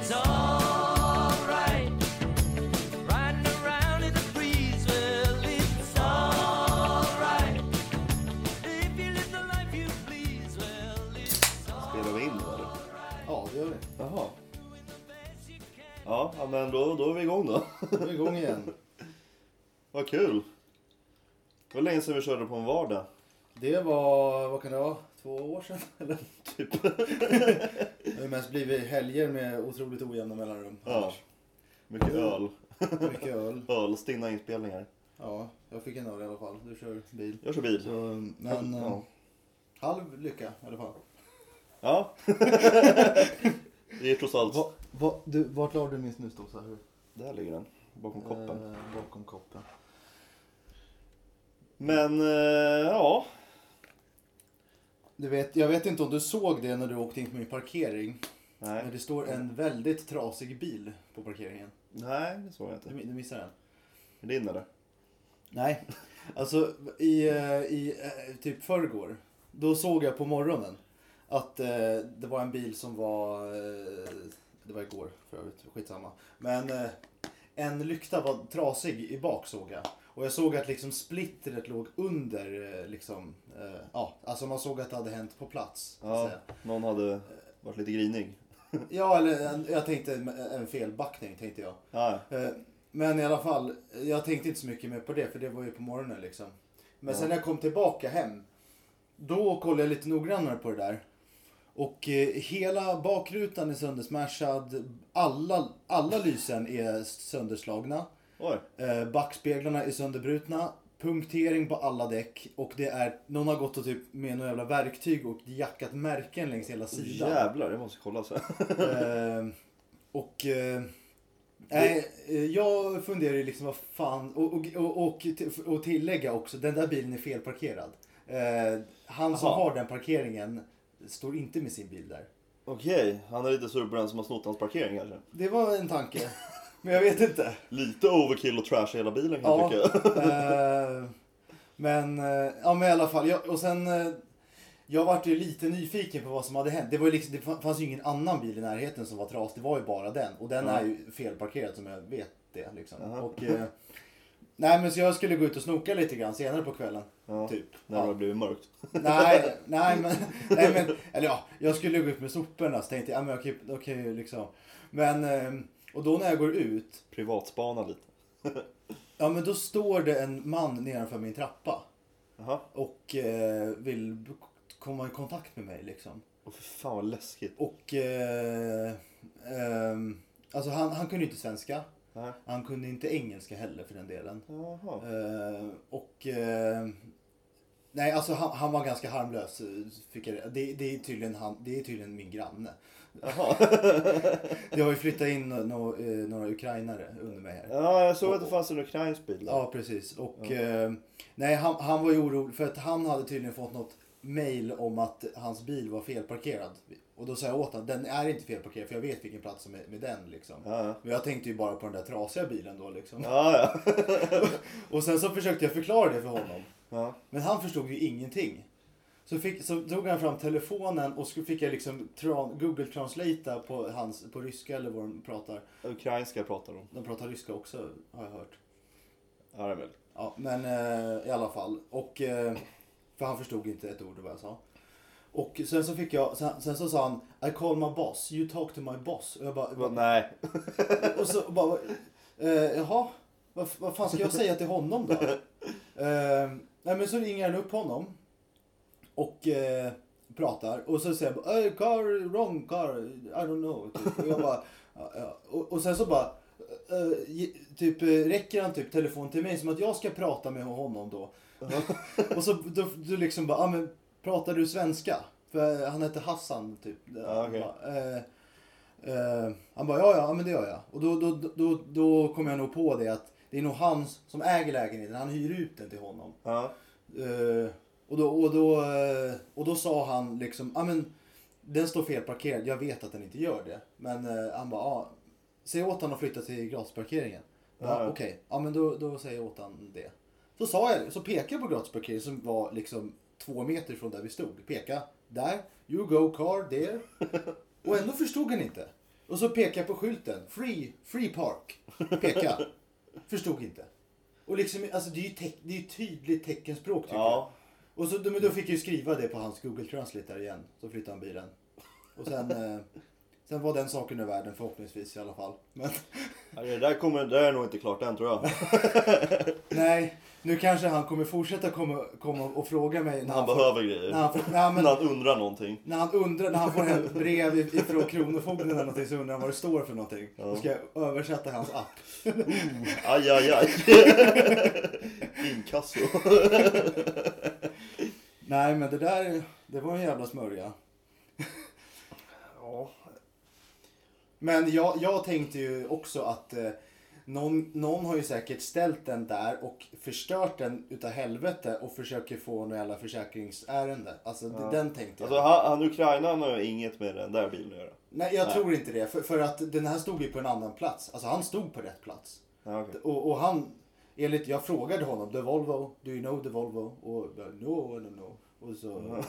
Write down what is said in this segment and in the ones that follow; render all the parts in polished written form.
it's alright. Riding around in the breeze, well, it's alright. If you live the life you please, well, it's alright. Spelar vi in då eller? Ja, det gör vi. Jaha. Ja, men då är vi igång då. Då är vi igång igen. Vad kul. Det var länge sedan vi körde på en vardag. Det var, vad kan det vara? 2 år sedan? Eller? Typ. Det har mest blivit helger med otroligt ojämna mellanrum. Ja. Mycket öl. Mycket öl. Ölstinna inspelningar. Ja, jag fick en öl i alla fall. Du kör bil. Jag kör bil. Så, men Ja. halv lycka i alla fall. Ja. Det är trots allt. Vart la du min snusdosa? Där ligger den. Bakom koppen. Bakom koppen. Men ja. Du vet, jag vet inte om du såg det när du åkte in på min parkering. Nej. Men det står en väldigt trasig bil på parkeringen. Nej, det såg jag inte. Du missar den. Är det din eller? Nej, alltså i typ förrgår, då såg jag på morgonen att det var en bil som var, det var igår för övrigt, skitsamma. Men en lykta var trasig i bak såg jag. Och jag såg att liksom splittret låg under liksom, ja, alltså man såg att det hade hänt på plats. Ja, någon hade varit lite grinig. Ja, eller jag tänkte en felbackning tänkte jag. Ja. Men i alla fall, jag tänkte inte så mycket mer på det för det var ju på morgonen liksom. Men Ja. sen när jag kom tillbaka hem, då kollade jag lite noggrannare på det där. Och hela bakrutan är söndersmashad, alla lysen är sönderslagna. Oj. Backspeglarna är sönderbrutna, punktering på alla däck. Och det är, någon har gått och typ med några jävla verktyg och jackat märken längs hela sidan. Jävlar, jag måste kolla så. Jag funderar ju liksom vad fan och tillägga också, den där bilen är felparkerad. Han som har den parkeringen står inte med sin bil där. Okej, han är lite sur på den som har snott hans parkering kanske. Det var en tanke, men jag vet inte. Lite overkill och trash hela bilen kan jag tycka. Men i alla fall, jag vart ju lite nyfiken på vad som hade hänt. Det var ju liksom, det fanns ju ingen annan bil i närheten som var tras, det var ju bara den. Och den är ju felparkerad som jag vet det liksom. Och, nej men så jag skulle gå ut och snoka lite grann senare på kvällen. Typ. När det har blivit mörkt. Nej men, eller ja, jag skulle gå ut med soporna så tänkte jag, men okej liksom. Men, och då när jag går ut. Privatspana lite. Ja men då står det en man nedanför min trappa. Jaha. Och vill komma i kontakt med mig liksom. Åh för fan vad läskigt. Och alltså han kunde inte svenska. Nej. Han kunde inte engelska heller för den delen. Jaha. Nej alltså han var ganska harmlös. Det är tydligen min granne. Jaha. Det har ju flyttat in några ukrainare under mig här. Ja, jag såg att det fanns en ukrainsk bil där. Ja, precis. Och nej, han var ju orolig för att han hade tydligen fått något mail om att hans bil var felparkerad. Och då sa jag åt honom, den är inte felparkerad för jag vet vilken plats som är med den liksom. Ja. Men jag tänkte ju bara på den där trasiga bilen då liksom. Ja. Och sen så försökte jag förklara det för honom. Ja. Men han förstod ju ingenting. Så drog han fram telefonen och så fick jag liksom Google Translate på ryska eller vad de pratar. Ukrainska pratar de. De pratar ryska också har jag hört. Ja, det är väl. Ja, men i alla fall. Och för han förstod inte ett ord vad jag sa. Och sen så sen så sa han I call my boss, you talk to my boss. Och jag bara nej. och så bara jaha, vad fan ska jag säga till honom då? Nej men så ringer han upp honom och pratar och så säger jag car, wrong car, I don't know typ. Och jag bara och sen så bara typ räcker han typ telefon till mig som att jag ska prata med honom då. Och så då liksom bara men pratar du svenska? För han heter Hassan typ. Okay. Han bara ja men det gör jag. Och då kom jag nog på det att det är nog han som äger lägenheten. Han hyr ut den till honom. Ja. Och då sa han liksom men den står felparkerad. Jag vet att den inte gör det. Men han bara säg åt han att flytta till gratisparkeringen. Okej. Ja men då säger jag åt han det. Så pekade jag på gratisparkeringen som var liksom 2 meter från där vi stod. Peka där. You go car there. Och ändå förstod han inte. Och så pekar jag på skylten. Free park. Peka. Förstod inte. Och liksom, alltså det är ju tydligt teckenspråk tycker jag. Och så, då fick jag ju skriva det på hans Google Translate där igen. Så flyttade han bilen. Och sen var den saken ur världen förhoppningsvis i alla fall. Men... Ja, det där är nog inte klart än tror jag. Nej, nu kanske han kommer fortsätta komma och fråga mig. När han behöver grejer. När han undrar någonting. När han får hem brev ifrån Kronofogden eller någonting så undrar han vad det står för någonting. Då ska jag översätta hans app. Aj. Inkasso. Nej, men det var en jävla smörja. Ja. Men jag tänkte ju också att någon har ju säkert ställt den där och förstört den utav helvete och försöker få några jävla försäkringsärende. Alltså den tänkte jag. Alltså han Ukraina har inget med den där bilen att göra. Nej, jag tror inte det. För att den här stod ju på en annan plats. Alltså han stod på rätt plats. Ja, okay. Och han, jag frågade honom, the Volvo, do you know the Volvo? Och no, I don't know. Och så...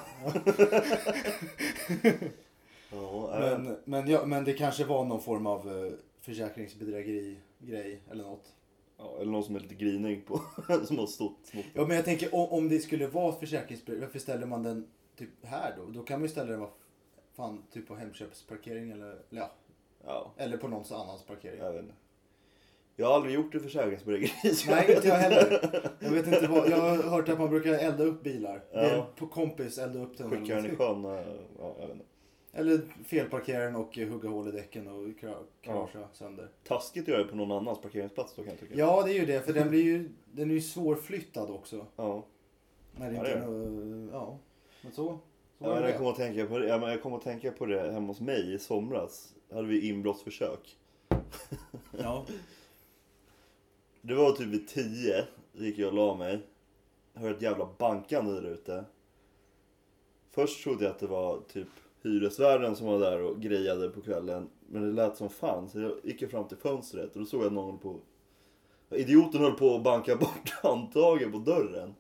Men det kanske var någon form av försäkringsbedrägeri-grej eller något. Ja, eller någon som är lite grinig på som har stått. Ja, men jag tänker om det skulle vara försäkringsbedrägeri, varför ställer man den typ här då? Då kan man ju ställa den typ på Hemköpsparkering eller eller på någons annans parkering. Jag vet inte. Jag har aldrig gjort det försäkringsbedrägeri. Nej, inte jag heller. Jag vet inte vad. Jag har hört att man brukar elda upp bilar. Ja. På kompis elda upp den. Skickar den i sjön. Jag vet inte. Eller felparkera den och hugga hål i däcken och krascha sönder. Taskigt gör det på någon annans parkeringsplats då kan jag tycka. Ja, det är ju det. För den är ju svårflyttad också. Ja. När det inte är men så jag kommer att tänka på det hemma hos mig i somras. Hade vi inbrottsförsök. Ja. Det var typ vid 10. Gick jag och la mig. Jag hörde ett jävla bankande där ute. Först trodde jag att det var typ hyresvärden som var där och grejade på kvällen. Men det lät som fan. Så jag gick fram till fönstret. Och då såg jag att någon idioten höll på att banka bort handtaget på dörren.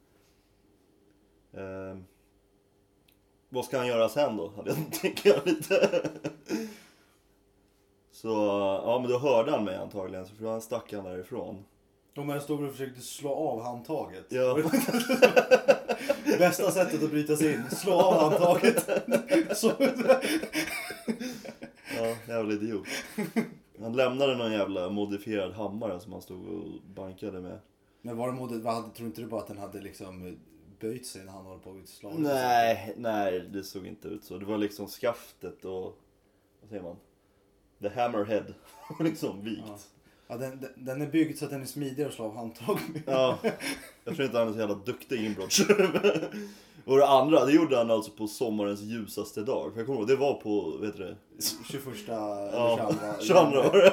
Vad ska han göra sen då? Hade jag tänkt lite. Så men då hörde han mig antagligen. Så han stack han därifrån. Och man stod och försökte slå av handtaget. Ja. Bästa sättet att bryta sig in. Slå av handtaget. Ja, jävla idiot. Han lämnade någon jävla modifierad hammare som han stod och bankade med. Men tror inte du bara att den hade liksom böjt sig när han höll på att slå? Nej, det såg inte ut så. Det var liksom skaftet och, vad säger man? The hammerhead. liksom vikt. Ja, den är byggd så att den är smidigare att slå av handtag. Ja, jag tror inte han är så jävla duktig inbrottstjuv. Och det andra, det gjorde han alltså på sommarens ljusaste dag. För jag kommer ihåg, det var på, vet du det? 21 eller 22 år.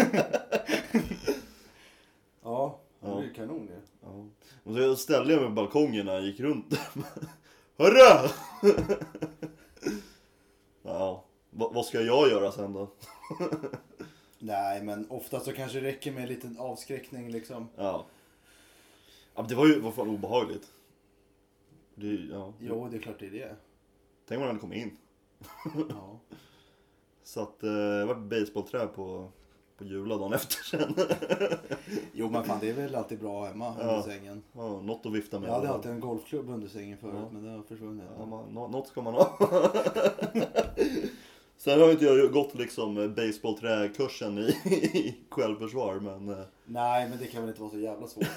Ja, det är kanon det. Ja. Och så ställde jag mig på balkongen när jag gick runt där. Hörru! Ja, vad ska jag göra sen då? Nej, men ofta så kanske det räcker med en liten avskräckning liksom. Ja. Ja, det var ju vad fan obehagligt. Jo, det är klart det är det. Tänk om han hade kommit in. Ja. Så att det var ett baseballträ på juladagen efter sen. Jo, men fan, det är väl alltid bra hemma under sängen. Ja, något att vifta med. Jag hade alltid en golfklubb under sängen förut, men det har försvunnit. Ja, något ska man ha. Sen har inte jag gått liksom baseballträkursen i självförsvar, men... Nej, men det kan väl inte vara så jävla svårt.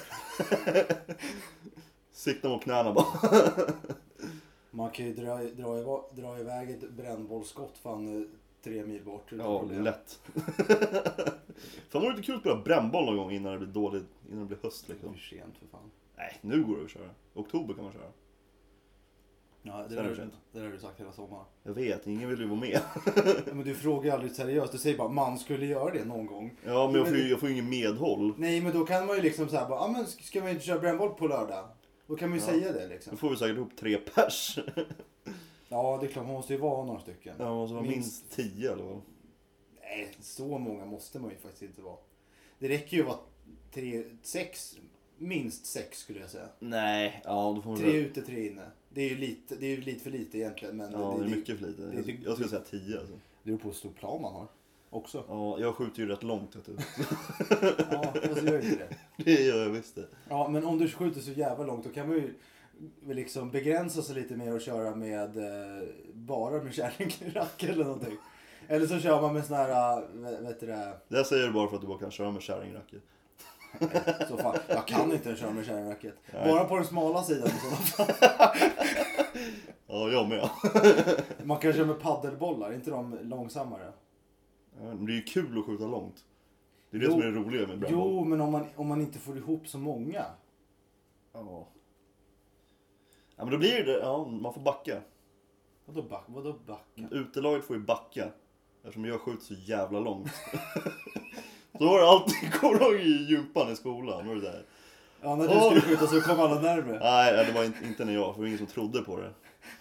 Sikta mot knäna bara. Man kan ju dra iväg ett brännbollskott fan 3 mil bort. Ja, lätt. Fan, var det inte kul att spela brännboll någon gång innan det blir dåligt, innan det blir höst liksom? Det är för sent för fan. Nej, nu går det att köra. Oktober kan man köra. Ja, det har du sagt hela sommaren. Jag vet, ingen vill ju vara med. Men du frågar aldrig seriöst. Du säger bara, man skulle göra det någon gång. Ja, men jag får ju ingen medhåll. Nej, men då kan man ju liksom säga bara, men ska man inte köra brännboll på lördag? Då kan man ju säga det liksom. Då får vi säkert ihop 3 pers. Ja, det är klart, man måste ju vara några stycken. Ja, man måste vara minst 10 eller vad? Nej, så många måste man ju faktiskt inte vara. Det räcker ju att vara 6, minst 6 skulle jag säga. Nej, ja, då får man 3 ute, 3 inne. Det är ju lite för lite egentligen. Men ja, det är mycket för lite. Jag skulle säga 10 alltså. Det beror på hur stor plan man har. också. Ja, jag skjuter ju rätt långt vet du. Ja, fast gör inte det. Det gör jag visst det. Ja, men om du skjuter så jävla långt då kan man ju liksom begränsa sig lite mer och köra med bara med kärringrack eller någonting. Eller så kör man med sån här, vet du det? Det här säger du bara för att du bara kan köra med kärringracket. Så fan, jag kan inte köra med kärringracket. Nej. Bara på den smala sidan i sådana fall. Ja, jag med. Man kan köra med paddelbollar, inte de långsammare. Ja, men det är ju kul att skjuta långt. Det är det Jo. som är det roliga med brandboll. Jo, men om man inte får ihop så många. Ja. Ja men då blir det, ja man får backa. Vadå backa? Utelaget får ju backa. Eftersom jag skjuter så jävla långt. Så var det alltid, kommer du ihåg i gympan i skolan? Var det där? Ja, när du skulle skjuta så kom alla närmare. Nej, det var inte när jag, för det var ingen som trodde på det.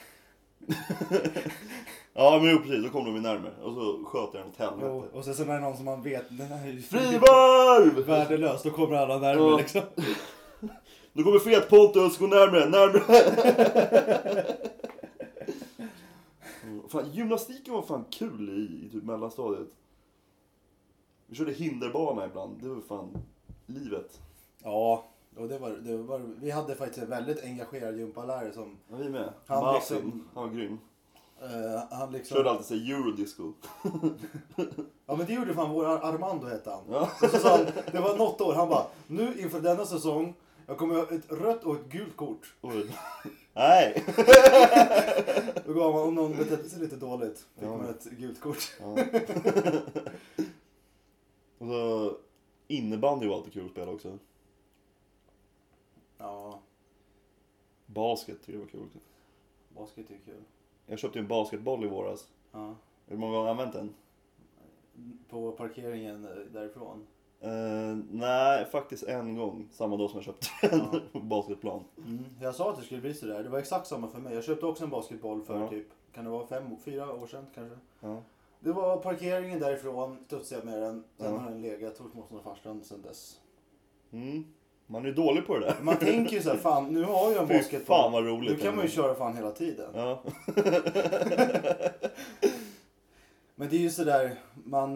Ja men jo precis, då kom de närmare. Och så sköt jag den åt helvete. Jo, och sen så när det är någon som man vet, den här är ju Frivarv! värdelös, då kommer alla närmare Ja. liksom. Då kommer fet Pontus, gå närmare. Fan, gymnastiken var fan kul i typ mellanstadiet. Vi körde hinderbana ibland, det var fan livet. Ja, och det var, vi hade faktiskt en väldigt engagerad gympalärare som, Ja, vi med. Han Martin, liksom- han var grym. han liksom... Körde alltid sig eurodisco. Ja men det gjorde fan vår Armando hette han. Ja. Och så sa han, det var något år, han bara, nu inför denna säsong, jag kommer ha ett rött och ett gult kort. Oj. Nej. Då gav man, om någon betedde sig lite dåligt, fick Ja. man ett gult kort. Ja. Och så innebandy var alltid kul att spela också. Ja, Basket tycker jag var kul också. basket är kul. Jag köpte ju en basketboll i våras. Ja. Hur många gånger har jag använt den? På parkeringen därifrån. Nej, faktiskt en gång. Samma dag som jag köpte en Ja. på basketplan. Jag sa att det skulle bli så där. Det var exakt samma för mig. Jag köpte också en basketboll för Ja. typ, kan det vara 4 år sedan kanske. Ja. Det var parkeringen därifrån, studsade jag med den. Sen Ja. har den legat hos motståndarfarsan sedan dess. Mm. Man är ju dålig på det där. Man tänker ju så här, fan nu har jag en Fy basketboll. fan vad roligt. Nu kan man ju köra fan hela tiden. Ja. Men det är ju så där, man...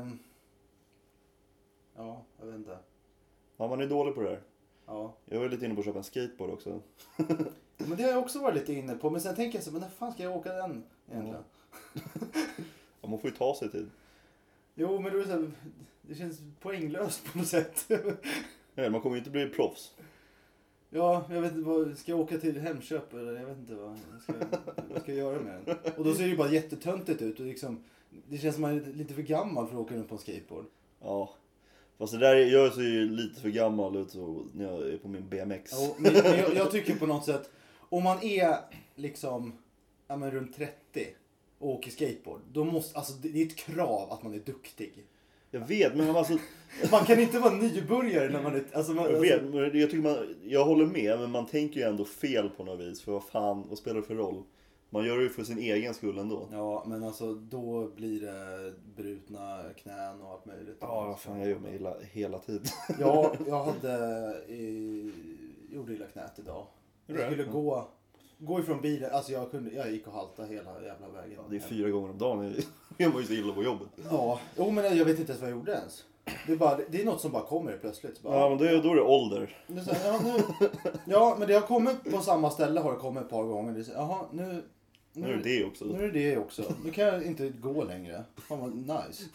ja, jag vet inte. Ja, man är dålig på det där. Ja. Jag var lite inne på att köpa en skateboard också. Men det har jag också varit lite inne på. Men sen tänker jag så, men när fan ska jag åka den egentligen? Ja, man får ju ta sig tid. Jo, men det, är så här, det känns poänglöst på något sätt. Nej, man kommer ju inte bli proffs. Ja, jag vet inte, vad, ska jag åka till Hemköp eller jag vet inte vad ska jag göra med den? Och då ser det ju bara jättetöntigt ut och liksom, det känns som man är lite för gammal för att åka runt på en skateboard. Ja. Fast det där, jag ser ju lite för gammal ut så när jag är på min BMX. Ja, men jag tycker på något sätt, om man är liksom, ja men runt 30 och åker skateboard, då måste, alltså det är ett krav att man är duktig. Jag vet, men alltså... Man kan inte vara nybörjare när man är, alltså man, Jag vet, men jag tycker jag håller med, men man tänker ju ändå fel på något vis. För vad spelar det för roll? Man gör det ju för sin egen skull ändå. Ja, men alltså då blir det brutna knän och allt möjligt. Ja, fan jag gör mig illa hela tiden. Ja, jag gjorde illa knät idag. Gjorde Jag du? skulle gå ifrån bilen, alltså jag gick och halta hela jävla vägen. Ja, det är 4 gånger om dagen. Jag mår ju så illa på jobbet. Ja, jo men jag vet inte ens vad jag gjorde ens. Det är något som bara kommer plötsligt. Bara, Ja, men då är det ålder. det är så här, ja, men det har kommit på samma ställe, har det kommit ett par gånger. Det är så, jaha, Nu är det också. Nu är det också. Nu kan jag inte gå längre. Fan vad nice.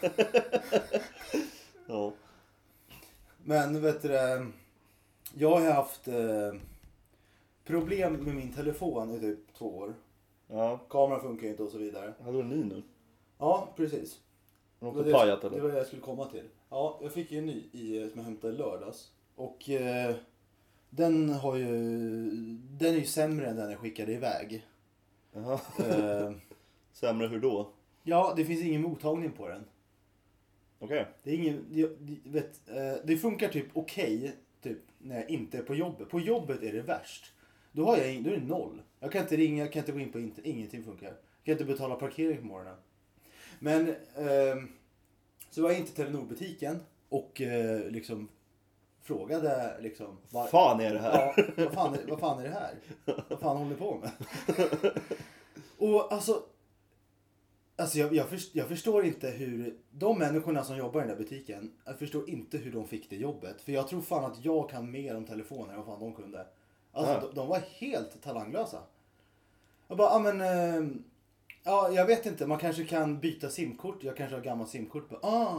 Ja. Men vet du, jag har haft problem med min telefon i typ 2 år. Ja. Kameran funkar inte och så vidare. Hade du ny nu? Ja, precis. Har Det du var pajat det eller? var det jag skulle komma till. Ja, jag fick ju en ny som jag hämtade i lördags. Och den är ju sämre än den jag skickade iväg. Jaha. Eh, Sämre hur då? ja, det finns ingen mottagning på den. Okej. Det är ingen, det funkar typ okej, typ när jag inte är på jobbet. På jobbet är det värst. Då är det 0. Jag kan inte ringa, jag kan inte gå in på internet, ingenting funkar. Jag kan inte betala parkering på morgonen. Men så var jag inte till Telenor-butiken och liksom frågade liksom Vad fan är det här? Ja, vad fan är det här? Vad fan håller ni på med? Och alltså Alltså jag förstår inte hur de människorna som jobbar i den där butiken, jag förstår inte hur de fick det jobbet. För jag tror fan att jag kan mer om telefoner än vad fan de kunde. Alltså Ja. de var helt talanglösa. Jag bara, ja jag vet inte, man kanske kan byta simkort. Jag kanske har gammalt simkort.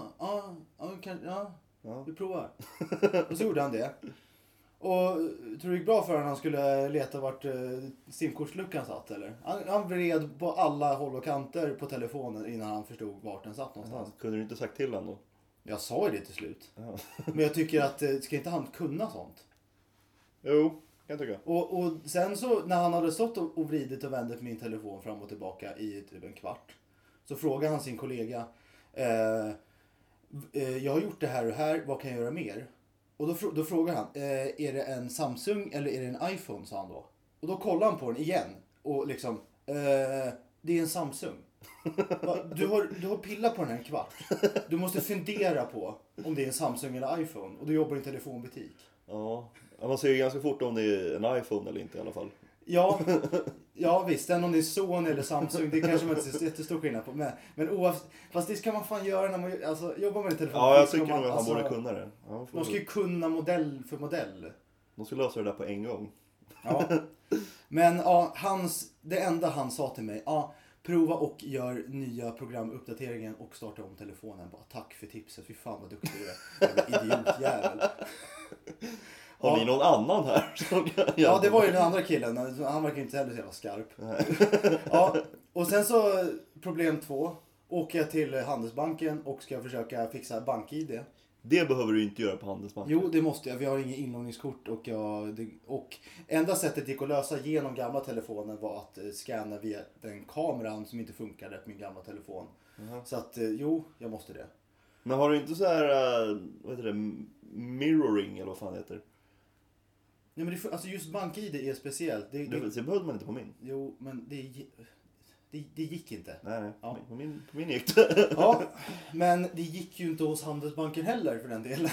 Ja. Vi provar. Och så gjorde han det. Och tror det gick bra för honom, han skulle leta vart simkortsluckan satt eller? Han vred på alla håll och kanter på telefonen innan han förstod vart den satt någonstans. Kunde du inte sagt till honom då? Jag sa ju det till slut. Ja. Men jag tycker att, ska inte han kunna sånt? Jo, kan jag tycka. Och sen så när han hade stått och vridit och vänt på min telefon fram och tillbaka i typ en kvart. Så frågade han sin kollega. Jag har gjort det här och här, vad kan jag göra mer? Och då frågar han, är det en Samsung eller är det en iPhone, sa han då. Och då kollar han på den igen och liksom, det är en Samsung. Du har pillat på den här en kvart. Du måste fundera på om det är en Samsung eller iPhone och du jobbar i en telefonbutik. Ja, man ser ju ganska fort om det är en iPhone eller inte i alla fall. Ja visst, sen om det är Sony eller Samsung, det kanske man inte ser jättestor skillnad på. Men oavsett, fast det ska man fan göra när man jobbar med en telefon. Ja, jag tycker nog att han borde kunna det. Ja, de ska ju kunna modell för modell. De ska lösa det där på en gång. Ja. Men ja, det enda han sa till mig, prova och gör nya programuppdateringen och starta om telefonen. Bara, tack för tipset, fy fan vad duktig du är. Jävla idiotjävel. Har ni någon annan här? Ja, det var ju den andra killen. Han verkar inte heller så jävla skarp. Ja, och sen så problem 2. Åker jag till Handelsbanken och ska försöka fixa bank-ID. Det behöver du inte göra på Handelsbanken. Jo, det måste jag. Vi har inget inloggningskort och enda sättet gick att lösa genom gamla telefonen var att scanna via den kameran som inte funkade på min gamla telefon. Så att jo, jag måste det. Men har du inte så här, vad heter det, mirroring eller vad fan det heter? Nej, men alltså just bank-ID är speciellt. Det behövde man inte på min. Jo, men det gick inte. Nej, Ja. på min gick det. Ja, men det gick ju inte hos Handelsbanken heller för den delen.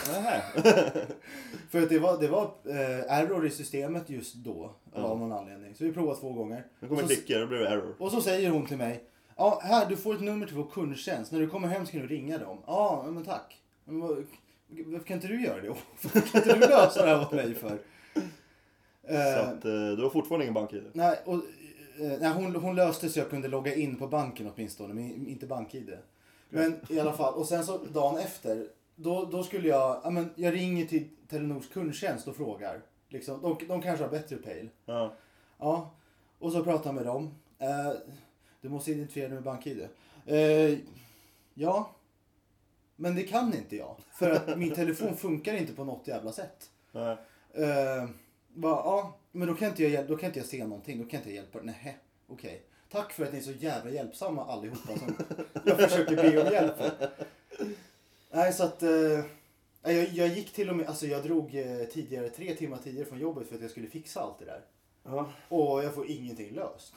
För att det var error i systemet just då av någon anledning. Så vi provade 2 gånger. Nu kommer klicka, då blir det error. Och så säger hon till mig, ja här du får ett nummer till vår kundtjänst. När du kommer hem ska du ringa dem. Ja, men tack. Men varför kan inte du göra det? Varför kan inte du lösa det här åt mig för? Så att du har fortfarande ingen bank-ID? Nej, hon löste så jag kunde logga in på banken åtminstone, men inte bank-ID. Men i alla fall, och sen så dagen efter, då skulle jag ringer till Telenors kundtjänst och frågar. Liksom, de kanske har bättre pejl. Ja, och så pratar jag med dem. Du måste identifiera dig med bank-ID. Ja, men det kan inte jag. För att min telefon funkar inte på något jävla sätt. Nej. Men då kan inte jag se någonting. Då kan inte jag hjälpa. Nej, okej. Tack för att ni är så jävla hjälpsamma allihopa som jag försöker be om hjälp för. Nej, så att jag gick till och med, alltså jag drog 3 timmar tidigare från jobbet för att jag skulle fixa allt det där. Ja. Och jag får ingenting löst.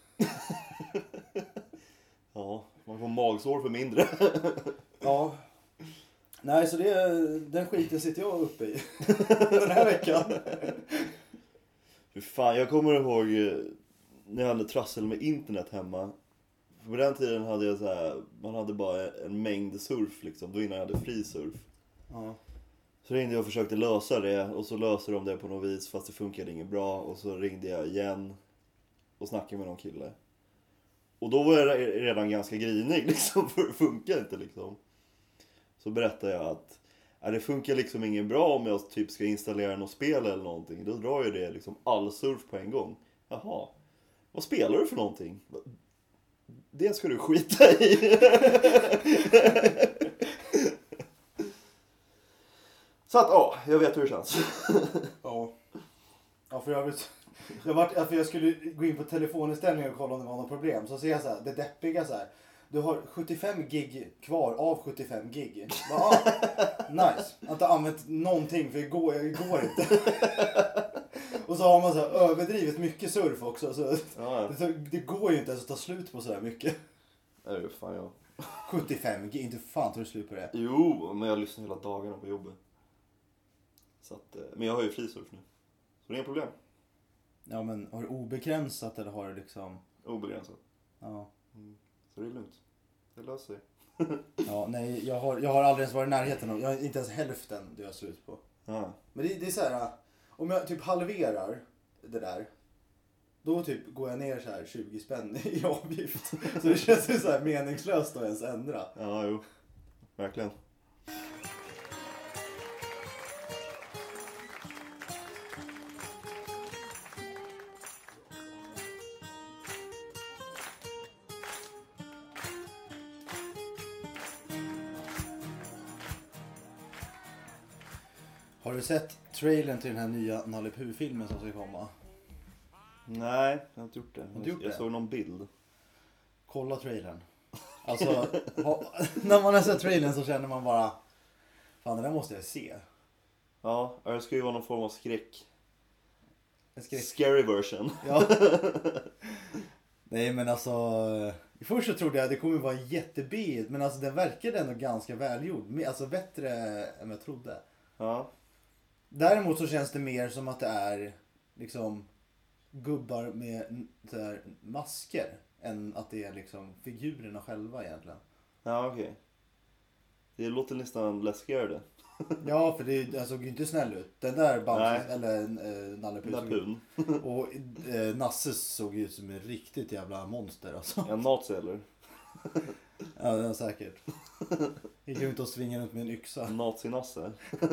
Ja, man får magsår för mindre. Ja. Nej, så den skiten sitter jag uppe i den här veckan. För fan, jag kommer ihåg när jag hade trassel med internet hemma. För på den tiden hade jag så här, man hade bara en mängd surf liksom, då innan jag hade fri surf. Ja. Så ringde jag och försökte lösa det, och så löste de det på något vis fast det funkade inget bra. Och så ringde jag igen och snackade med någon kille. Och då var jag redan ganska grinig liksom, för det funkar inte liksom. Så berättade jag att det funkar liksom inget bra om jag typ ska installera något spel eller någonting. Då drar ju det liksom all surf på en gång. Jaha, vad spelar du för någonting? Det ska du skita i. Så att jag vet hur det känns. Ja, för jag skulle gå in på telefoninställningar och kolla om det var något problem. Så ser jag så här, det deppiga så här. Du har 75 gig kvar av 75 gig. Nice. Jag har inte använt någonting för det går inte. Och så har man så här överdrivet mycket surf också. Så det går ju inte ens att ta slut på så där mycket. Nej, det är fan jag. 75 gig, inte fan tar du slut på det. Jo, men jag lyssnar hela dagarna på jobbet. Så att, men jag har ju fri surf nu. Så det är inga problem. Ja, men har du obegränsat eller har du liksom... Obegränsat. Ja. Så det är lugnt. Det löser sig. Ja, nej, jag har aldrig ens varit i närheten av, jag har inte ens hälften det jag har slut på. Ja. Men det är så här, om jag typ halverar det där, då typ går jag ner så här 20 spänn i avgift. Så det känns ju så här meningslöst att ens ändra. Ja, jo. Verkligen. Har du sett trailern till den här nya Nalle Puh-filmen som ska komma? Nej, jag har inte gjort det. Har du gjort Jag det? såg någon bild. Kolla trailern. Alltså, när man har sett trailern så känner man bara, fan, det där måste jag se. Ja, det ska ju vara någon form av skräck. En skräck. Scary version. Ja. Nej, men alltså, först så trodde jag att det kommer vara jättebilligt, men alltså den verkade ändå ganska välgjord. Alltså bättre än jag trodde. Ja. Däremot så känns det mer som att det är liksom gubbar med så här masker än att det är liksom figurerna själva egentligen. Ja, okej. Det låter nästan läskigare det. Ja, för det såg ju inte snäll ut. Den där Bamse, Nej. eller Nalle Puh, Lapun. och Nasse såg ju ut som en riktigt jävla monster alltså. En nazi eller? Ja, det är säkert. Gick runt och svingade runt med en yxa. Nazi-nasse.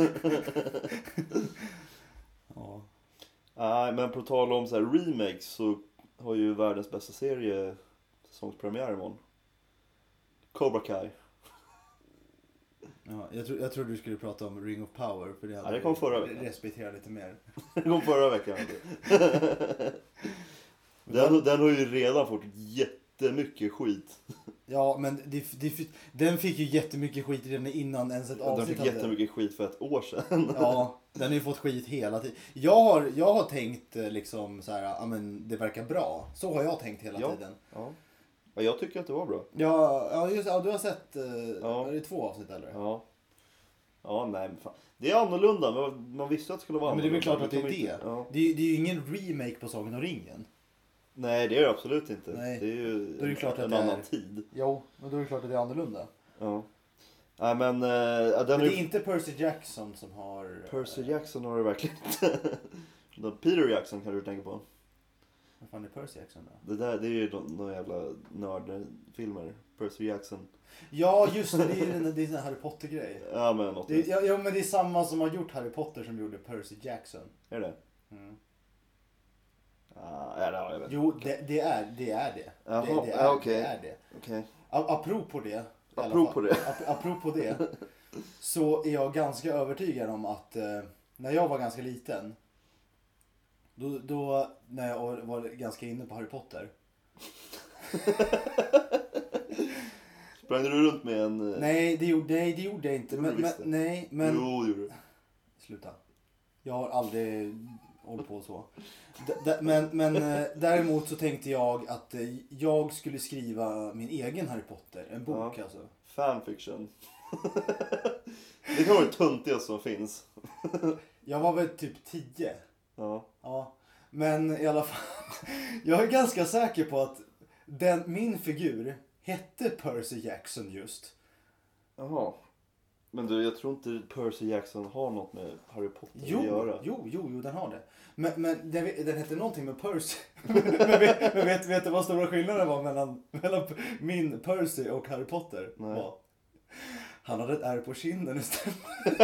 Ja. Nej, men på tal om så här remakes så har ju världens bästa serie säsongspremiär imorgon. Cobra Kai. Ja, jag tror du skulle prata om Ring of Power, för det hade Ja, det kom förra veckan. respekterat lite mer. Det kom förra veckan. Den har ju redan fått jättemycket skit. Ja, men den fick ju jättemycket skit redan innan ens ett Den avsnitt fick hade- jättemycket skit för ett år sedan. Ja, den har ju fått skit hela tiden. Jag har tänkt liksom så här, ja men det verkar bra. Så har jag tänkt hela Ja. tiden. Ja. Ja, jag tycker att det var bra. Ja, just, ja, du har sett Ja. är det 2 avsnitt eller? Ja. Ja, nej men fan. Det är annorlunda, men man visste att det skulle vara Ja, men det är väl annorlunda. klart att det är kommer det. inte- Ja. Det är ju ingen remake på Sagan om ringen. Nej, det är det absolut inte. Nej. Det är ju Då är det klart att en det är- annan tid. Jo, men då är det klart att det är annorlunda. Ja. Nej, men den Men är det ju... är inte Percy Jackson som har... Percy Jackson har det verkligen inte. Peter Jackson kan du tänka på. Vad fan är Percy Jackson då? Det är ju någon jävla nördfilmer. Percy Jackson. Ja, just det. Det är en Harry Potter-grej. Ja, men något. Ja, men det är samma som har gjort Harry Potter som gjorde Percy Jackson. Är det? Mm. Ja, jag vet. Jo, det är det. Jaha, Det är, ja, okej. det är det. Okej. Apropå det. i alla Apropå fall. det. Apropå det. Så är jag ganska övertygad om att när jag var ganska liten. Då när jag var ganska inne på Harry Potter. Sprang du runt med en... Nej, det gjorde jag inte. Det Men, visst det. nej, men... Jo, det gjorde du. Sluta. Jag har aldrig hållit på så. Men däremot så tänkte jag att jag skulle skriva min egen Harry Potter. En bok Ja. alltså. Fanfiction. Det kan vara det töntigaste som finns. Jag var väl typ 10. Ja. Ja. Men i alla fall. Jag är ganska säker på att min figur hette Percy Jackson just. Jaha. Men du, jag tror inte Percy Jackson har något med Harry Potter att göra. Jo, den har det. Men den hette någonting med Percy. men vet du vad stora skillnaden var mellan min Percy och Harry Potter? Nej. Var? Han hade ett ärr på kinden istället.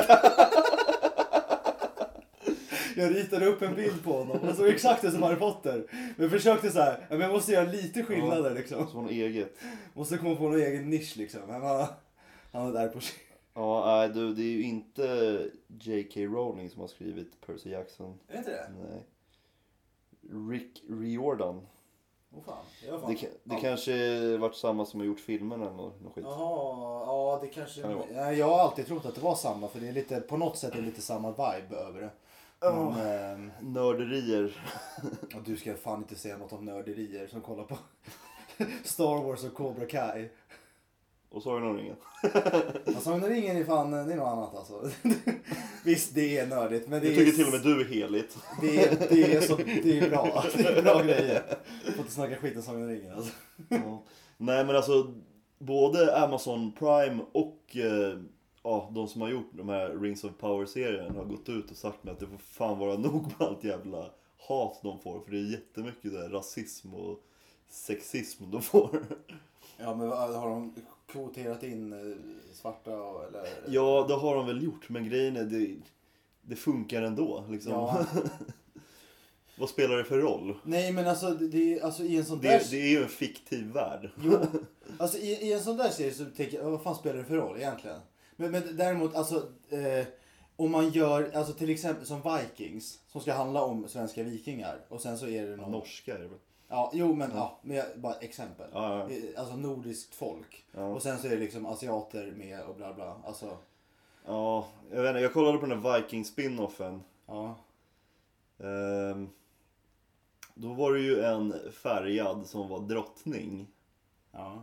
Jag ritade upp en bild på honom. Han såg exakt ut som Harry Potter. Men försökte så här, men jag måste göra lite skillnader liksom. Som något eget. Måste komma på någon egen nisch liksom. Men han hade ett ärr på kinden. Ja, nej du, det är ju inte J.K. Rowling som har skrivit Percy Jackson. Är det inte det? Nej. Rick Riordan. Åh fan. Jag var fan. Det kanske varit samma som har gjort filmen eller något skit. Jaha, ja det kanske... Kan det vara. Ja, jag har alltid trott att det var samma, för det är lite, på något sätt är det lite samma vibe över det. Men, Nörderier. och du ska fan inte säga något om nörderier som kollar på Star Wars och Cobra Kai. Och Sagan om ringen. Alltså den ringen är fan, det är något annat alltså. Visst, det är nördigt, men det Jag är... tycker till och med du är heligt. Det är bra. Det är bra grejer. Får inte snacka skit om Sagan om ringen alltså. Ja. Nej men alltså, både Amazon Prime och de som har gjort de här Rings of Power-serien har gått ut och sagt med att det får fan vara nog med allt jävla hat de får. För det är jättemycket där rasism och sexism de får. Ja, men har de kvoterat in svarta eller? Ja, det har de väl gjort, men grejen är det funkar ändå liksom. Ja. Vad spelar det för roll? Nej, men alltså, alltså i en sån där... Det är ju en fiktiv värld. Jo, alltså i en sån där serie så tänker jag, vad fan spelar det för roll egentligen? Men däremot, alltså, om man gör, alltså till exempel som Vikings, som ska handla om svenska vikingar, och sen så är det någon... Norska är det väl? Ja, jo men med bara exempel. Ja. Alltså nordiskt folk. Ja. Och sen så är det liksom asiater med och bla bla. Alltså, Ja, jag vet inte, jag kollade på den här Viking-spinoffen. ja. Då var det ju en färgad som var drottning. Ja.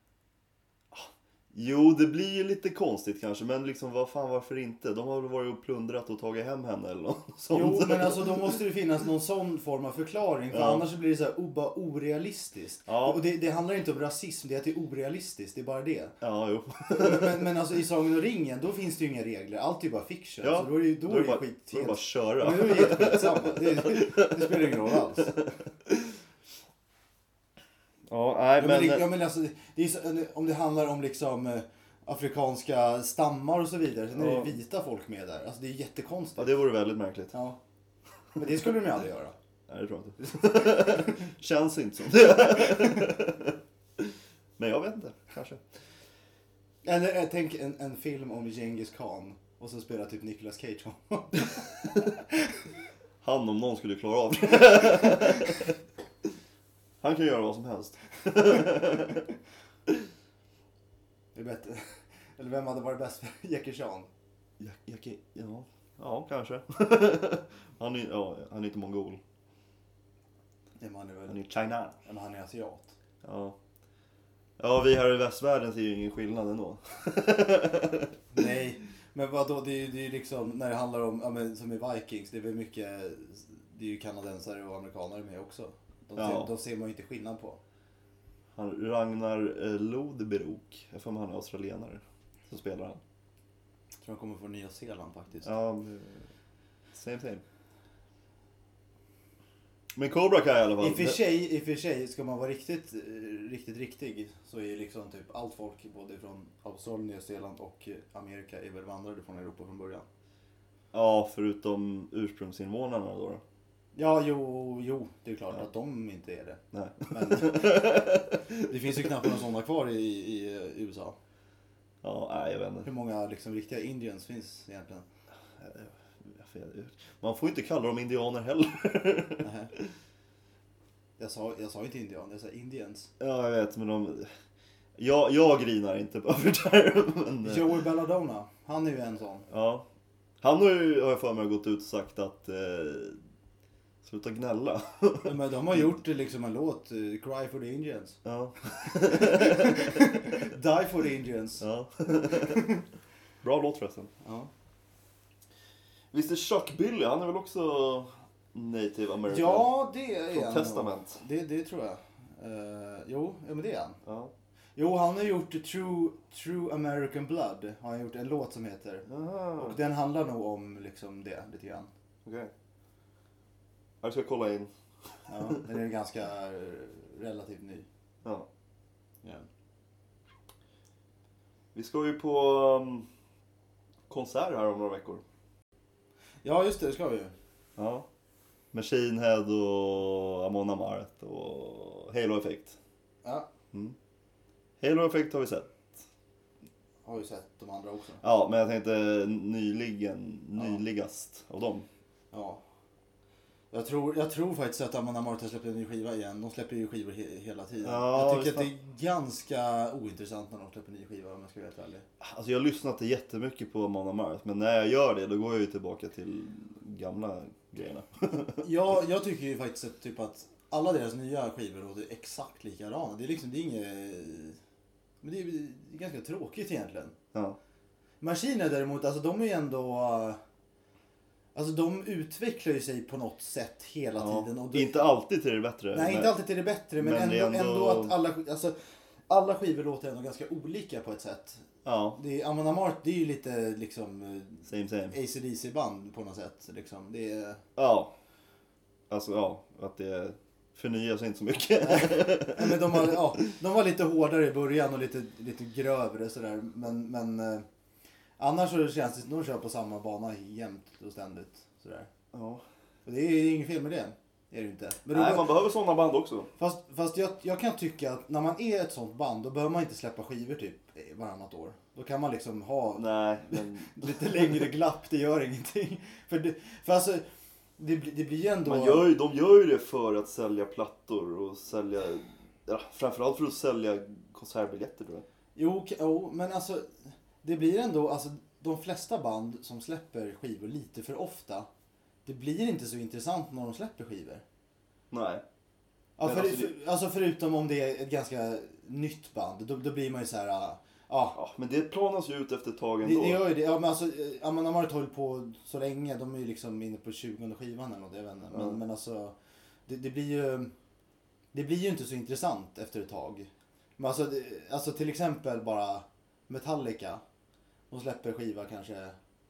Jo, det blir ju lite konstigt kanske, men liksom varför inte? De har väl varit och plundrat och tagit hem henne eller något sånt. Jo, men alltså då måste det finnas någon sån form av förklaring. För annars så blir det så här bara orealistiskt. Ja. Och det handlar inte om rasism, det är att det är orealistiskt, det är bara det. Ja, jo. Men alltså i Sagan och ringen, då finns det ju inga regler. Allt är ju bara fiction. Ja, Så då är det, då är det bara, skit då är det bara att köra. Men då är det helt skitsamma. Det spelar ingen roll alls. Ja, nej, Men alltså, det är så, om det handlar om liksom afrikanska stammar och så vidare. Sen är det vita folk med där. Alltså det är jättekonstigt. Ja, det vore väldigt märkligt. Ja. Men det skulle de ju aldrig göra. Nej, det tror jag inte. Känns inte som det. Men jag vet inte, kanske. Eller tänk en film om Genghis Khan. Och så spelar typ Nicolas Cage. Han om någon skulle klara av det. Han kan göra vad som helst. Det är bättre. Eller vem hade varit bäst för Jackie Chan? Ja, kanske. Han är inte mongol. Ja, han är väl... Han är China. Men han är asiat. Ja, vi här i västvärlden ser ju ingen skillnad ändå. Nej, men vadå? Det är ju liksom när det handlar om, ja, men, som i Vikings, det är väl mycket, det är ju kanadensare och amerikanare med också. De ser man ju inte skillnad på. Han Ragnar Lodbrok, jag får med han är australienare, så spelar han. Jag tror han kommer från Nya Zeeland faktiskt. Ja, same. Men Cobra Kai i alla fall. I och för sig ska man vara riktig så är liksom typ allt folk både från Australien, Nya Zeeland och Amerika är väl vandrade från Europa från början. Ja, förutom ursprungsinvånarna då. Ja, jo, det är klart att de inte är det. Nej. Men det finns ju knappt några sådana kvar i USA. Ja, nej, jag vet inte. Hur många liksom riktiga indians finns egentligen? Man får inte kalla dem indianer heller. Nej. Jag sa inte indian, jag sa indians. Ja, jag vet, men jag grinar inte på det där. Men... Joey Belladonna, han är ju en sån. Ja. Han har jag för mig gått ut och sagt att sluta gnälla. Men de har gjort liksom en låt, Cry for the Indians. Ja. Die for the Indians. Ja. Bra låt förresten. Ja. Visst är Chuck Billy, han är väl också native american? Ja, det är Från han. Testament. Det tror jag. Jo, men det är han. Ja. Jo, han har gjort True American Blood. Har han gjort en låt som heter. Aha. Och den handlar nog om liksom det lite grann. Okej. Jag ska kolla in. Ja, den är ganska relativt ny. Ja. Ja. Vi ska ju på konsert här om några veckor. Ja, just det ska vi ju. Ja. Machine Head och Amon Amarth och Halo Effect. Ja, Halo Effect har vi sett. har ju sett de andra också. Ja, men jag tänkte nyligast av dem. Ja. Jag tror faktiskt att Amon Amarth har släppt en ny skiva igen. De släpper ju skivor hela tiden. Ja, jag tycker att det är ganska ointressant när de släpper en ny skiva om jag ska vara helt ärlig. Alltså jag har lyssnat jättemycket på Amon Amarth, men när jag gör det då går jag ju tillbaka till gamla grejerna. Ja, jag tycker ju faktiskt att, typ att alla deras nya skivor låter exakt likadana. Det är liksom, det är inget... Men det är ganska tråkigt egentligen. Ja. Maskiner däremot, alltså de är ju ändå... Alltså de utvecklar ju sig på något sätt hela tiden. Och Inte alltid till det bättre. Nej, inte alltid till det bättre, men det är ändå att alla... Alltså, alla skivor låter ändå ganska olika på ett sätt. Ja, Amon Amarth, det är ju lite liksom same. AC/DC-band på något sätt. Liksom. Det är... Ja. Alltså ja, att det förnyar sig inte så mycket. Nej, men de var lite hårdare i början och lite grövre sådär. Men annars så känns det som de kör på samma bana jämt och ständigt. Sådär. Ja. Och det är ingen fel med det. Det är det inte. Men Nej, man behöver sådana band också. Fast jag kan tycka att när man är ett sånt band, då behöver man inte släppa skivor typ varannat år. Då kan man liksom ha Nej, men lite längre glapp, det gör ingenting. För alltså, det blir ju ändå... de gör ju det för att sälja plattor och sälja... Ja, framförallt för att sälja konsertbiljetter tror jag. Jo, men alltså det blir ändå, alltså de flesta band som släpper skivor lite för ofta, det blir inte så intressant när de släpper skivor. Nej. Ja, Men alltså förutom om det är ett ganska nytt band, då blir man ju så här. Ja, men det planas ju ut efter ett tag ändå. Det gör ju det. Ja, men alltså, Amon Amarth har hållit på så länge. De är ju liksom inne på 20:e skivan eller något, jag vet inte. Men alltså, det blir ju inte så intressant efter ett tag. Men alltså till exempel bara Metallica. De släpper skiva kanske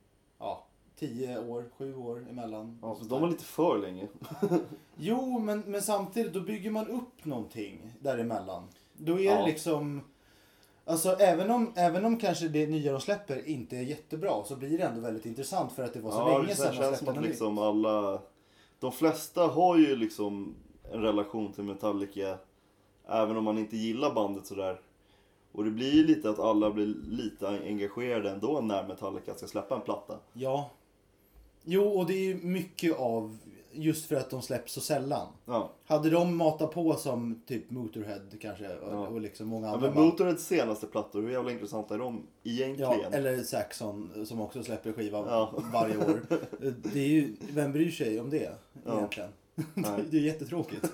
7 år emellan. Ja, så de var lite för länge. Jo, men samtidigt då bygger man upp någonting däremellan. Då är det liksom... Alltså även om kanske det nya de släpper inte är jättebra, så blir det ändå väldigt intressant för att det var så länge sedan de känns som släppte att något liksom nytt. alla... De flesta har ju liksom en relation till Metallica, även om man inte gillar bandet sådär. Och det blir ju lite att alla blir lite engagerade ändå när Metallica ska släppa en platta. Ja. Jo, och det är ju mycket av just för att de släpps så sällan. Ja. Hade de matat på som typ Motorhead kanske och liksom många andra men Motorheads senaste plattor, hur jävla intressanta är de egentligen? Ja, eller Saxon som också släpper skiva varje år. Det är ju, vem bryr sig om det egentligen? Det är jättetråkigt.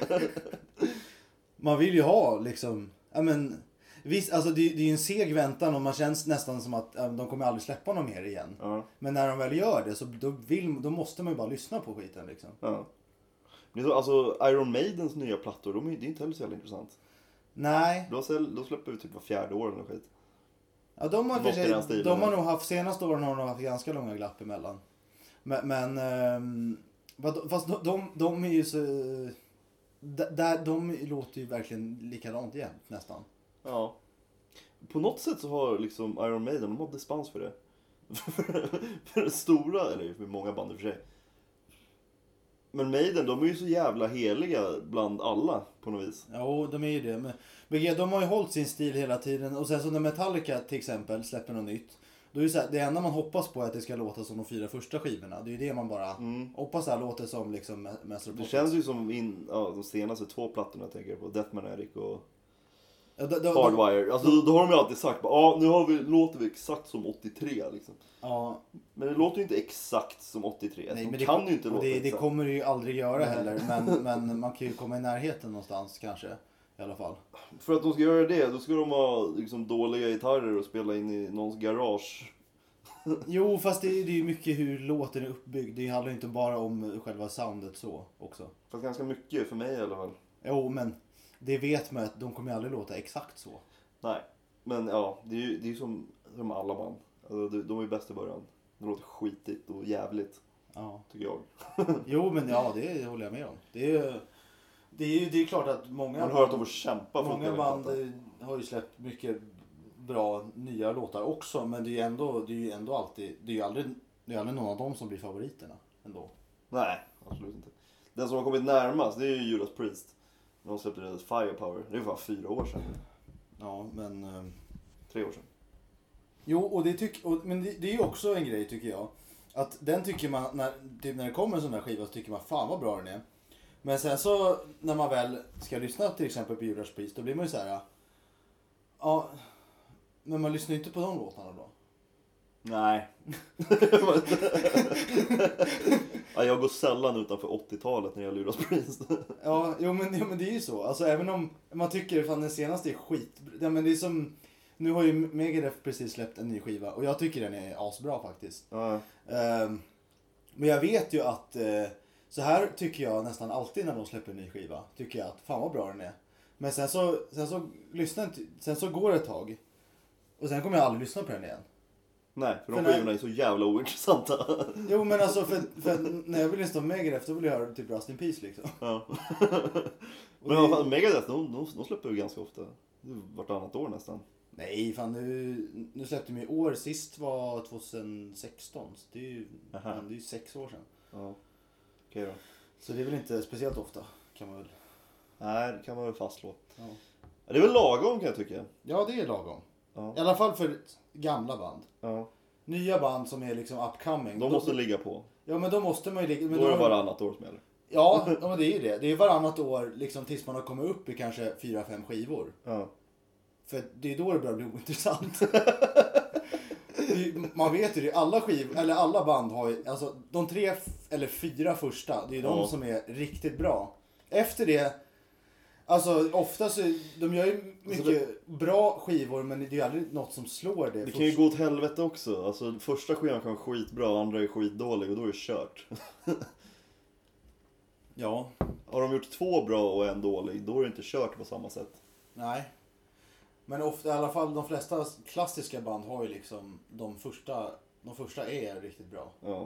Man vill ju ha liksom, visst, alltså det är ju en seg väntan och man känns nästan som att de kommer aldrig släppa någon mer igen. Ja. Men när de väl gör det så då måste man ju bara lyssna på skiten liksom. Ja. Men alltså Iron Maidens nya plattor, det är inte heller så jävla intressant. Nej. Då släpper vi typ var 4:e år eller skit. Ja, de Något har nog haft, senaste åren har de haft ganska långa glapp emellan. Men fast de är ju så... De låter ju verkligen likadant jämt nästan. Ja. På något sätt så har liksom Iron Maiden, de har dispens för det. För den stora, eller för många band i och för sig. Men Maiden, de är ju så jävla heliga bland alla på något vis. Ja, de är ju det. Men de har ju hållit sin stil hela tiden. Och sen så när Metallica till exempel släpper något nytt, då är det så här, det enda man hoppas på är att det ska låta som de 4 första skivorna. Det är ju det man bara hoppas att låter som liksom Master of Det Puppets. känns ju som de senaste 2 plattorna, jag tänker på Death Magnetic och Ja, Hardwire. Alltså då har de ju alltid sagt, nu låter vi exakt som 83 liksom. Ja. Men det låter ju inte exakt som 83. Nej, de men kan ju inte låta det exakt. kommer det ju aldrig göra heller. Men man kan ju komma i närheten någonstans kanske. I alla fall. För att de ska göra det, då ska de ha liksom dåliga gitarrer och spela in i någons garage. Jo, fast det är ju mycket hur låten är uppbyggd. Det handlar ju inte bara om själva soundet så också. Fast ganska mycket för mig i alla fall. Jo, men det vet man att de kommer ju aldrig låta exakt så. Nej, men ja, det är ju som alla band. Alltså, de är ju bäst i början. Det låter skitigt och jävligt, tycker jag. Jo, men det håller jag med om. Det är klart att många Man hör att de får kämpa för många att band har ju släppt mycket bra nya låtar också, men det är ju ändå alltid, det är aldrig någon av dem som blir favoriterna ändå. Nej, absolut inte. Den som har kommit närmast, det är ju Judas Priest. De släppte det Firepower. Det är fan 4 år sedan. Ja, men 3 år sedan. jo, och men det är ju också en grej tycker jag. Att den tycker man, när det kommer en sån där skiva så tycker man fan vad bra den är. Men sen så när man väl ska lyssna till exempel på Judas Priest, då blir man ju så här. Ja, men man lyssnar ju inte på de låtarna då. Nej. Ja, jag går sällan utanför 80-talet när jag luras Priest. Ja, men det är ju så. Alltså även om man tycker fan den senaste är skit. Ja, men det är som, nu har ju Megadeth precis släppt en ny skiva och jag tycker den är asbra faktiskt. Ja. Men jag vet ju att så här tycker jag nästan alltid när de släpper en ny skiva. Tycker jag att fan vad bra den är. Men sen så lyssnar inte, sen så går det ett tag. Och sen kommer jag aldrig lyssna på den igen. Nej, för de För när- skivorna är så jävla ointressanta. Jo men alltså för när jag vill lyssna på Megadeth då vill jag höra typ Rust in Peace liksom. Ja. Och Men det- vad fan, Megadeth, de släpper ju ganska ofta. Det är vartannat år nästan. Nej fan nu släppte de i år, sist var 2016. Så det är ju Aha. det är ju 6 år sedan. Ja. Okej då. Så det är väl inte speciellt ofta kan man väl. Nej, det kan man väl fastslå. Ja, Ja, det är väl lagom kan jag tycka. ja det är lagom. Ja. I alla fall för gamla band. Ja. Nya band som är liksom upcoming. De måste ligga på. Ja men då måste man ju ligga. Men Då är det har- varannat år som gäller. Ja, ja men det är ju det. Det är varannat år liksom tills man har kommit upp i kanske 4-5 skivor. Ja. För det är då det börjar bli ointressant. Man vet ju det, alla eller alla band har ju, alltså de 3 eller 4 första, det är de Ja. som är riktigt bra. Efter det, alltså ofta så, de gör ju mycket bra skivor men det är ju aldrig något som slår det. Det kan ju gå åt helvete också. Alltså första skivan kan vara skitbra, andra är skitdålig och då är det kört. Ja, Har de gjort 2 bra och en dålig, då är det inte kört på samma sätt. nej. Men ofta, i alla fall de flesta klassiska band har ju liksom de första är riktigt bra. Ja.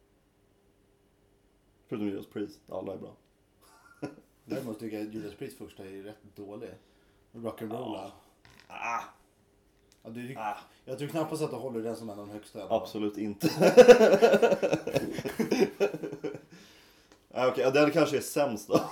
Förutom Judas Priest, alla är bra. Däremot tycker jag att Judas Priest första är rätt dålig. Rock'n'rolla. Ah, Ja, ah, jag tror knappast att du håller den som en av de högsta. absolut inte. Okej, den kanske är sämst då.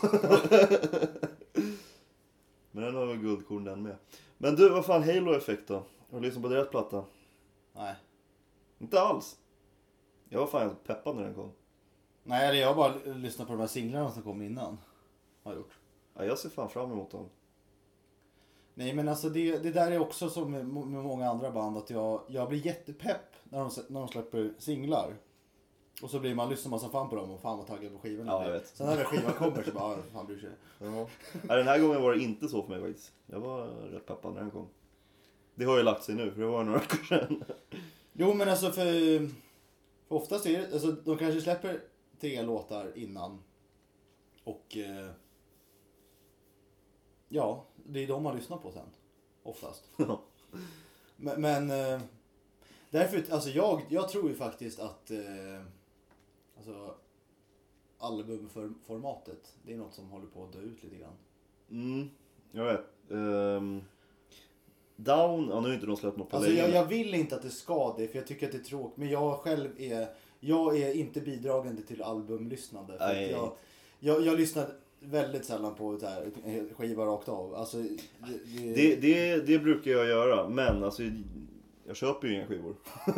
Men den har väl guldkorn den med. Men du, vad fan Halo-effekt då? Har du lyssnat på deras platta? Nej. Inte alls. Jag var fan peppad när den kom. Nej, eller jag har bara lyssnat på de här singlarna som kom innan. Har jag gjort. Ja, jag ser fan fram emot dem. Nej, men alltså det där är också som med många andra band. Att jag blir jättepepp när de släpper singlar. Och så blir man lyssnar man som fan på dem och fan vad taggad på skivorna. Ja, jag vet. Sen när skivan kommer så bara, fan bryr sig. Ja. Nej, den här gången var det inte så för mig faktiskt. Jag var rätt peppad när den kom. Det har ju lagt sig nu, för det var några veckor sedan. Jo, men alltså för oftast är det, alltså de kanske släpper 3 låtar innan. Och ja, det är de man lyssnar på sen. Oftast. Ja. Men därför, alltså jag tror ju faktiskt att alltså albumformatet, det är något som håller på att dö ut lite grann. Jag vet. Down, ja nu är inte de släppt något på Alltså länge. jag vill inte att det ska det, för jag tycker att det är tråkigt. Men jag är inte bidragande till albumlyssnande. För Nej. att jag lyssnar väldigt sällan på så här, skiva rakt av. Alltså, Det brukar jag göra, men alltså jag köper ju inga skivor.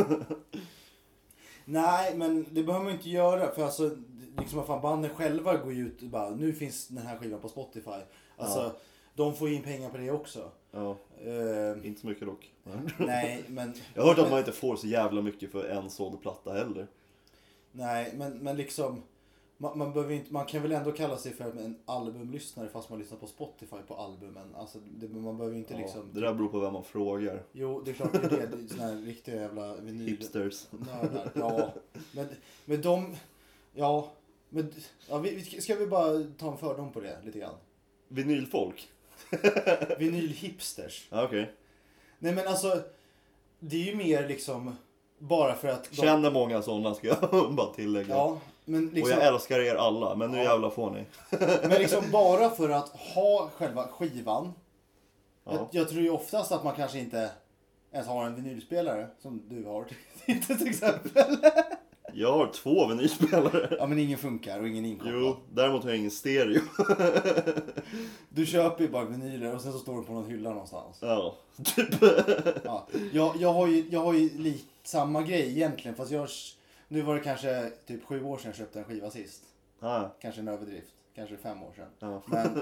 Nej, men det behöver man inte göra. För alltså, liksom vad fan, banden själva går ju ut och bara, nu finns den här skivan på Spotify. Alltså, Ja. de får ju in pengar på det också. Ja, inte så mycket dock. Nej, men... Jag har hört att man inte får så jävla mycket för en såld platta heller. Nej, men liksom... Man behöver inte, man kan väl ändå kalla sig för en albumlyssnare fast man lyssnar på Spotify på albumen. Alltså, man behöver inte Ja, liksom... det där beror på vem man frågar. Jo, det är klart det är det. Det är såna här riktiga jävla vinyl... Hipsters. Nördar. Ja, men de... Ja, men... Ja, ska vi bara ta en fördom på det lite grann? Vinylfolk? Vinyl-hipsters. Ja, okej. Nej, men alltså... Det är ju mer liksom... Bara för att... Känner många sådana ska jag bara tillägga. Ja, men liksom... Och jag älskar er alla, men nu Ja. jävla får ni. Men liksom bara för att ha själva skivan. Ja. Jag tror ju oftast att man kanske inte ens har en vinylspelare som du har till exempel. Jag har 2 vinylspelare. Ja, men ingen funkar och ingen inkopplad. Jo, däremot har jag ingen stereo. Du köper ju bara vinyler och sen så står de på någon hylla någonstans. Ja, typ. Ja. Jag har ju samma grej egentligen, fast nu var det kanske typ 7 år sedan jag köpte en skiva sist. Ja, Kanske en överdrift. Kanske 5 år sedan. ja.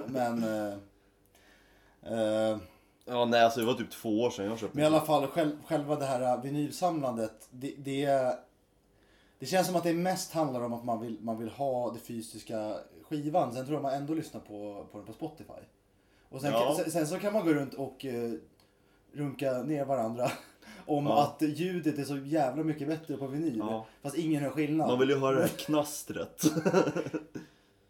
Ja, nej, alltså det var typ 2 år sedan jag köpte. Men i alla fall själva det här vinylsamlandet, det känns som att det mest handlar om att man vill ha det fysiska skivan. Sen tror jag man ändå lyssnar på den på Spotify. Och sen så kan man gå runt och runka ner varandra om att ljudet är så jävla mycket bättre på vinyl. Ja. Fast ingen hör skillnad. Man vill ju höra det här knastret.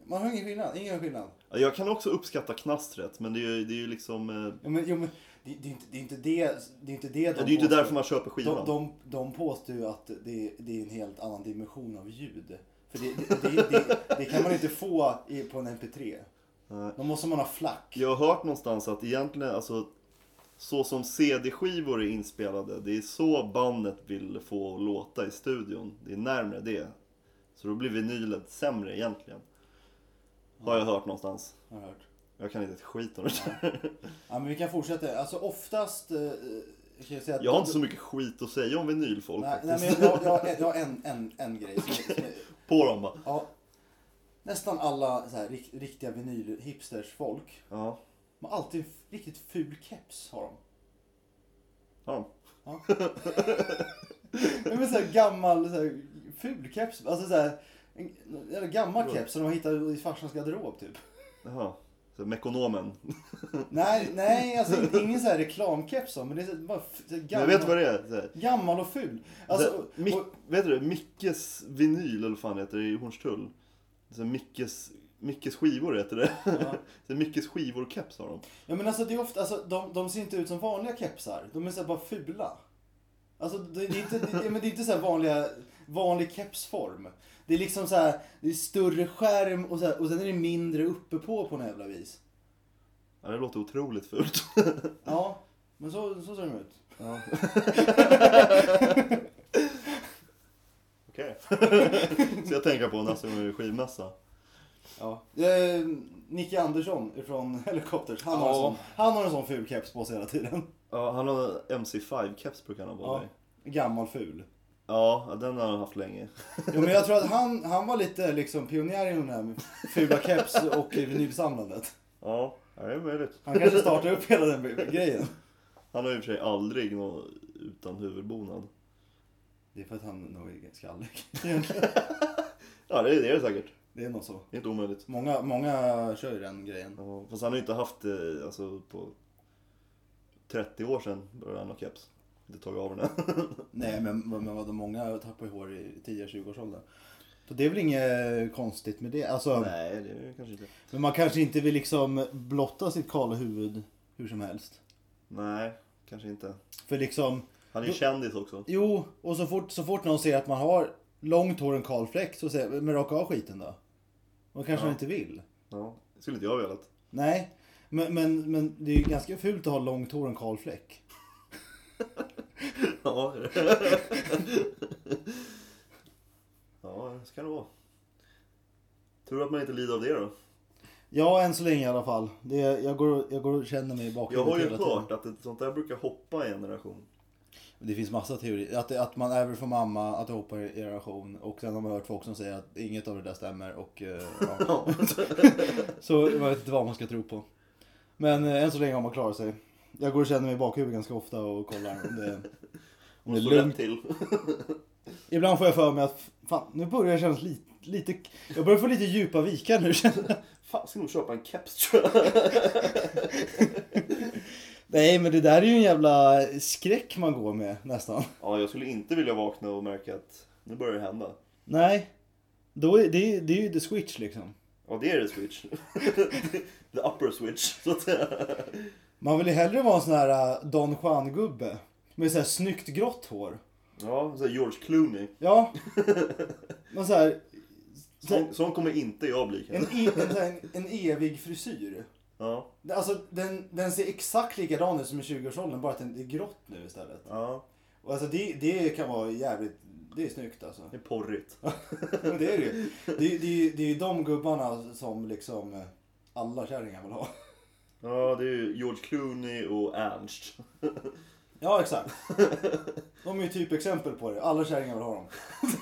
Man har ingen skillnad. Ja, jag kan också uppskatta knastret, men det är ju liksom... Ja, men det är inte det de det är ju inte därför man köper skivan. De påstår ju att det är en helt annan dimension av ljud. För det kan man inte få på en MP3. Då måste man ha flack. Jag har hört någonstans att egentligen, alltså, så som CD-skivor är inspelade, det är så bandet vill få låta i studion. Det är närmare det. Så då blir vinylet sämre egentligen. Har jag hört någonstans. Jag kan inte ett skit om det. Ja, men vi kan fortsätta. Alltså oftast... kan säga att jag har inte så mycket skit att säga om vinylfolk. Nej, men jag har en grej. På dem va? Ja. Nästan alla så här, riktiga vinyl-hipsters-folk. Ja. De har alltid riktigt ful keps, har de. Ja. Ja. Men så här gammal, så här, ful keps. Alltså så här, en gammal keps som de har hittat i farsans garderob typ. Jaha. Så Mekonomen. Nej, alltså ingen så här reklamkeps, men det är bara så gammal. Jag vet vad det är. Så här. Gammal och ful. Alltså, vet du, Mickes vinyl eller vad fan heter det i Hornstull. Så Mickes skivor heter det. Ja. Så Mickes skivor keps har de. Ja, men alltså det är ofta, alltså de ser inte ut som vanliga kepsar. De är så här bara fula. Alltså det är inte så här vanlig kepsform. Det är liksom så här, det är större skärm och så här, och sen är det mindre uppe på något jävla vis. Ja, det låter otroligt fult. Ja, men så ser de ut. Ja. Okej. Så jag tänker på nästa gång i skivmässa. Ja. Nicky Andersson från Helicopters. Han har en sån ful keps på sig hela tiden. Ja, han har MC5-keps brukar han ha på mig. Gammal ful. Ja, den har han haft länge. Jo, men jag tror att han var lite liksom pionjär i den här fula keps och vinylsamlandet. Ja, det är möjligt. Han kanske startade upp hela den grejen. Han har i och för sig aldrig någon utan huvudbonad. Det är för att han nog är skallig. Ja, det är det säkert. Det är nog så. Inte omöjligt. Många kör ju den grejen. Ja, fast han har ju inte haft det, alltså på 30 år sedan började han ha keps. Det tar av den. Nej, men vad många tappar hår i 10-20 års ålder. Så det är väl inget konstigt med det. Alltså, nej, det är kanske inte. Men man kanske inte vill liksom blotta sitt kala huvud hur som helst. Nej, kanske inte. För liksom... Han är ju kändis också. Jo, och så fort någon ser att man har långt hår och en kal fläck så säger men raka av skiten då. Och kanske man inte vill. Ja, det skulle inte jag velat. Nej, men det är ju ganska fult att ha långt hår och en kal fläck. Ja, ja, det ska det vara. Tror du att man inte lider av det då? Ja, än så länge i alla fall. Jag går och känner mig bakåt. Jag har ju hört att ett sånt där brukar hoppa i en generation. Det finns massa teorier. Att man ärver från mamma, att det hoppar i generation. Och sen har man hört folk som säger att inget av det där stämmer. Och, ja. Så jag vet inte vad man ska tro på. Men än så länge har man klarat sig. Jag går och känner mig i bakhuvudet ganska ofta och kollar om det är lugnt. Till. Ibland får jag för mig att fan, nu börjar jag kännas lite... Jag börjar få lite djupa vikar nu. Fan, ska nog köpa en keps tror jag. Nej, men det där är ju en jävla skräck man går med nästan. Ja, jag skulle inte vilja vakna och märka att nu börjar det hända. Nej, då är det är ju the switch liksom. Ja, det är det switch. The upper switch, så att säga. Man vill ju hellre vara en sån här Don Juan-gubbe. Med så här snyggt grått hår. Ja, så här George Clooney. Ja. Men så här... Sån kommer inte jag bli. En evig frisyr. Ja. Alltså den ser exakt likadan ut som i 20-årsåldern. Bara att den är grått nu istället. Ja. Och alltså det kan vara jävligt... Det är snyggt alltså. Det är porrigt. Men det är det ju. Det är ju de gubbarna som liksom alla kärringar vill ha. Ja, det är ju George Clooney och Ernst. Ja, exakt. De är ju typ exempel på det. Alla kärringar vill ha dem.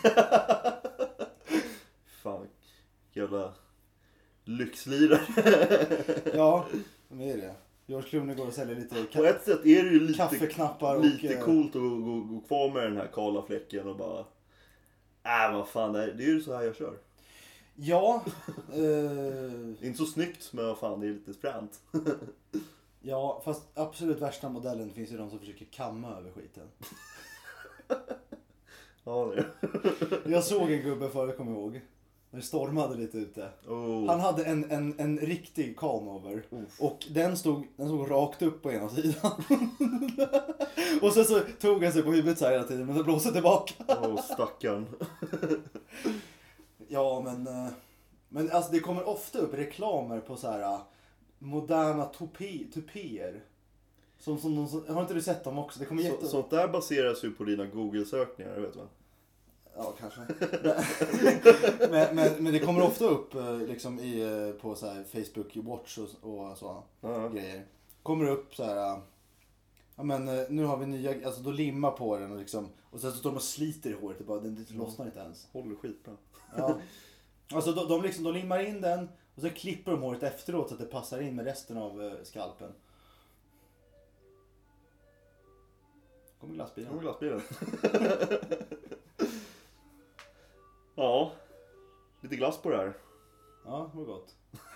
Fan, jävla lyxlirare. Ja, de är det. George Clooney går och säljer lite på ett sätt är det ju kaffeknappar lite och, coolt att gå kvar med den här kala fläcken och bara... vad fan, det är ju så här jag kör. Ja. Inte så snyggt, men vad fan, det är lite fränt. Ja, fast absolut värsta modellen finns ju de som försöker kamma över skiten. Ja, det. Jag såg en gubbe förut, kommer jag ihåg. När det stormade lite ute. Oh. Han hade en riktig calm over. Och den stod rakt upp på ena sidan. Och sen så tog han sig på huvudet så här hela tiden. Men det blåste tillbaka. Stackarn. Ja, men alltså det kommer ofta upp reklamer på så här moderna tupéer. Har inte du sett dem också? Det kommer Sånt där baseras ju på dina Google-sökningar, vet du va? Ja, kanske. men det kommer ofta upp liksom på så här Facebook Watch och så grejer. Kommer upp så här. Ja, men nu har vi nya, alltså då limmar på den och liksom, och sen så står de och sliter i håret, det lossnar inte ens. Håller skitbra. Ja. Alltså de limmar in den och så klipper de håret efteråt så att det passar in med resten av skalpen. Kommer glassbilen. Ja, lite glass på det här. Ja, det var gott.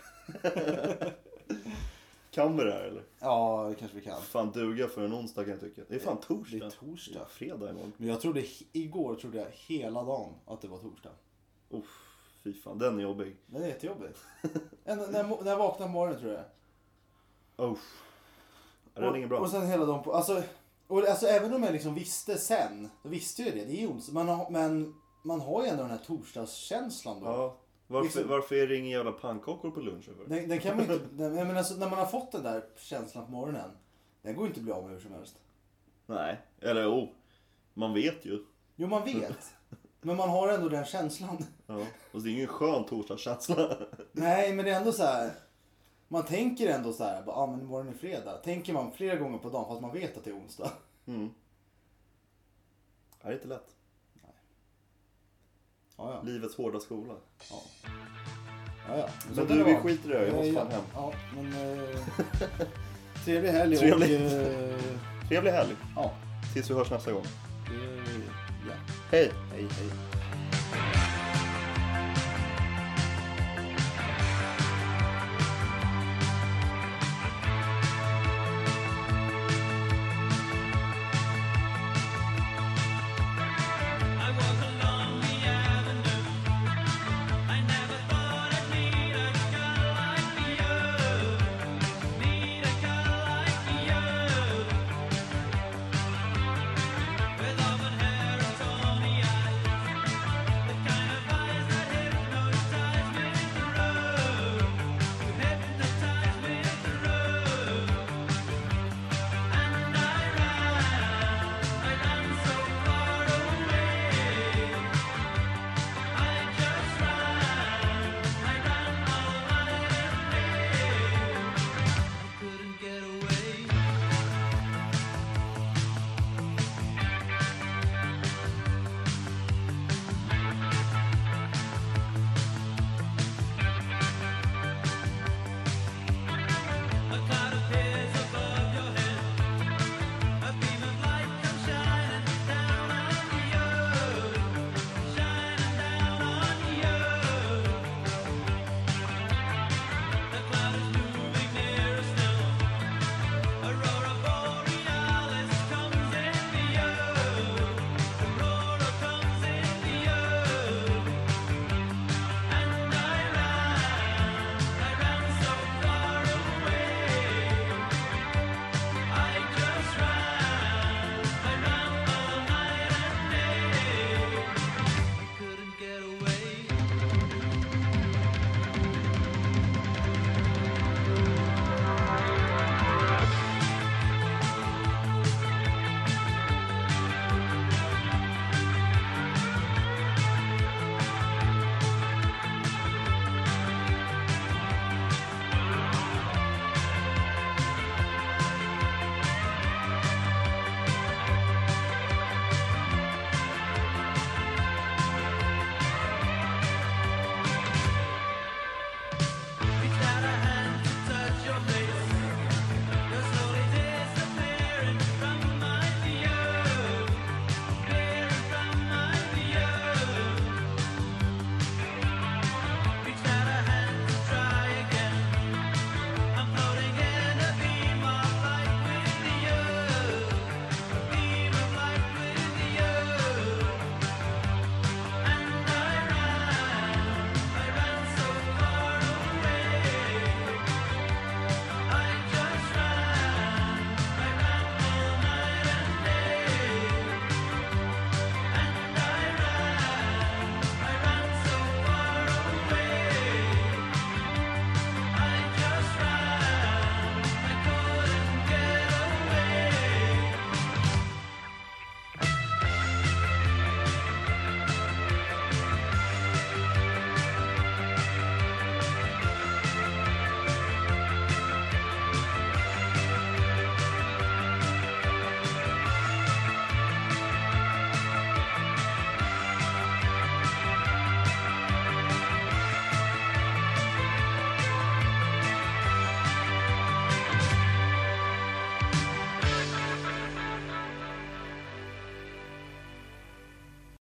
Kan vi det här eller? Ja, det kanske vi kan. Fan duga för en onsdag kan jag tycka. Det är fan torsdag. Det är torsdag. Fredag imorgon. Men igår trodde jag hela dagen att det var torsdag. Fy fan, den är jobbig. Det är jättejobbigt. när jag vaknade på morgonen tror jag. Det är inget bra. Och sen hela dagen på, alltså även om jag liksom visste sen, då visste jag det är onsdag. Men man har ju ändå den här torsdagskänslan då. Ja. Varför är det inga jävla pannkakor på lunchen för? Den kan man inte, men alltså, när man har fått den där känslan på morgonen, den går inte att bli av med hur som helst. Nej, eller man vet ju. Jo, man vet. Men man har ändå den känslan. Ja, och det är ingen skön torsdagskänsla. Nej, men det är ändå så här. Man tänker ändå så här, men imorgon är fredag. Tänker man flera gånger på dagen fast man vet att det är onsdag. Mm. Det är inte lätt. Nej. Ja. Livets hårda skola. Ja. Men du, vi skiter i det här. Jag måste fan hem. Ja, men trevlig helg. Trevlig helg. Ja. Tills vi hörs nästa gång. Ja. Hej. Hej.